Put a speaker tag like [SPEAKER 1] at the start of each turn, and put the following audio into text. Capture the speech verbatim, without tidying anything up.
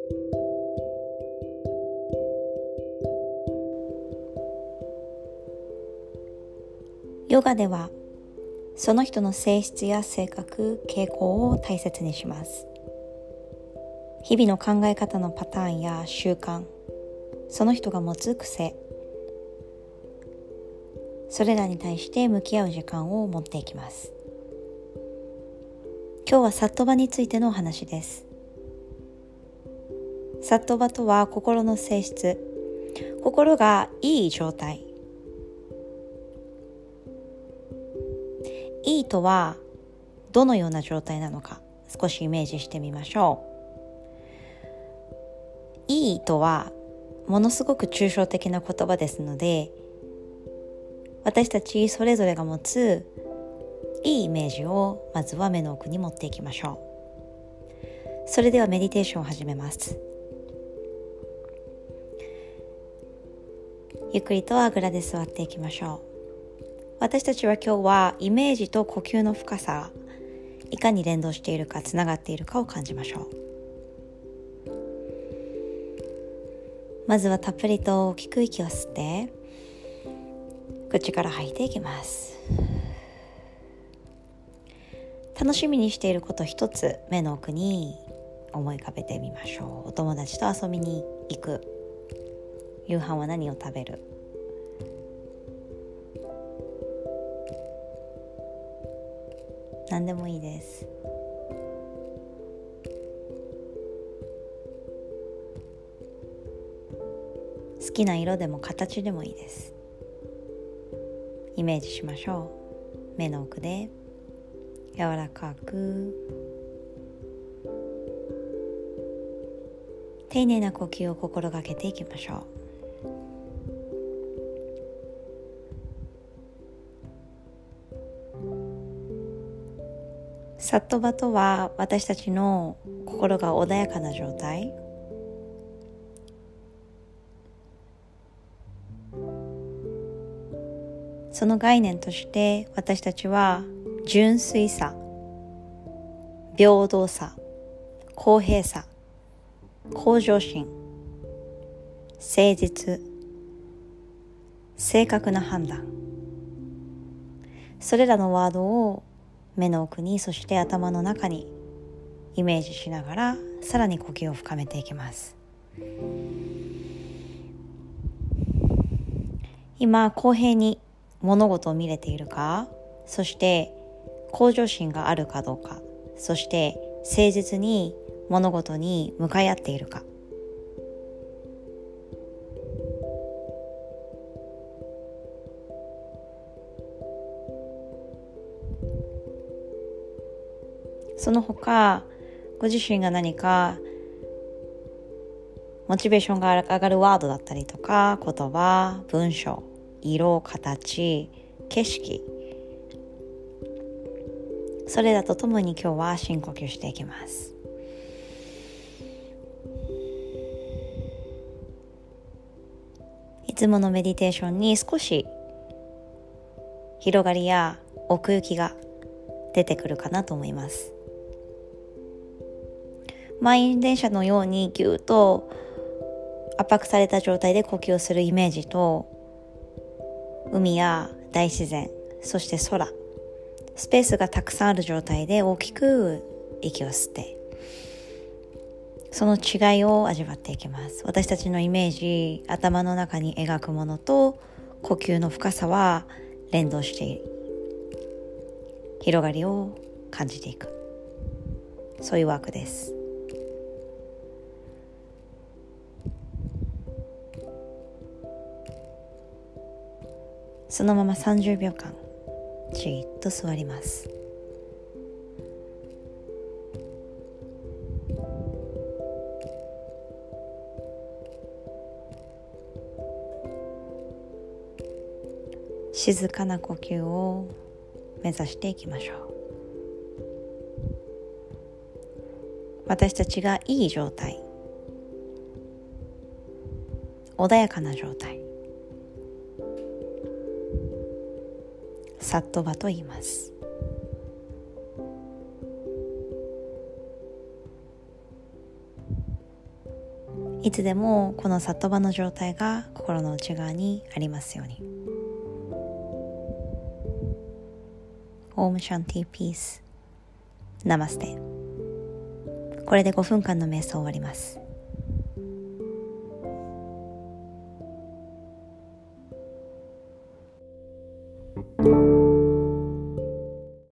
[SPEAKER 1] ヨガではその人の性質や性格、傾向を大切にします。日々の考え方のパターンや習慣、その人が持つ癖、それらに対して向き合う時間を持っていきます。今日はサットバについてのお話です。サットバとは心の性質、心がいい状態。いいとはどのような状態なのか少しイメージしてみましょう。いいとはものすごく抽象的な言葉ですので、私たちそれぞれが持ついいイメージをまずは目の奥に持っていきましょう。それではメディテーションを始めます。ゆっくりとあぐらで座っていきましょう。私たちは今日はイメージと呼吸の深さ、いかに連動しているかつながっているかを感じましょう。まずはたっぷりと大きく息を吸って口から吐いていきます。楽しみにしていること一つ目の奥に思い浮かべてみましょう。お友達と遊びに行く、夕飯は何を食べる、何でもいいです。好きな色でも形でもいいです。イメージしましょう。目の奥で柔らかく丁寧な呼吸を心がけていきましょう。サットバとは私たちの心が穏やかな状態、その概念として私たちは純粋さ、平等さ、公平さ、向上心、誠実、正確な判断、それらのワードを目の奥に、そして頭の中にイメージしながらさらに呼吸を深めていきます。今公平に物事を見れているか、そして向上心があるかどうか、そして誠実に物事に向かい合っているか、その他ご自身が何かモチベーションが上がるワードだったりとか、言葉、文章、色、形、景色、それらとともに今日は深呼吸していきます。いつものメディテーションに少し広がりや奥行きが出てくるかなと思います。満員電車のようにぎゅっと圧迫された状態で呼吸をするイメージと、海や大自然、そして空、スペースがたくさんある状態で大きく息を吸って、その違いを味わっていきます。私たちのイメージ、頭の中に描くものと呼吸の深さは連動している、広がりを感じていく、そういうワークです。そのままさんじゅうびょうかんじっと座ります。静かな呼吸を目指していきましょう。私たちがいい状態、穏やかな状態、サットバと言います。 いつでもこのサットバの状態が心の内側にありますように。オームシャンティピース。ナマステ。これでごふんかんの瞑想を終わります。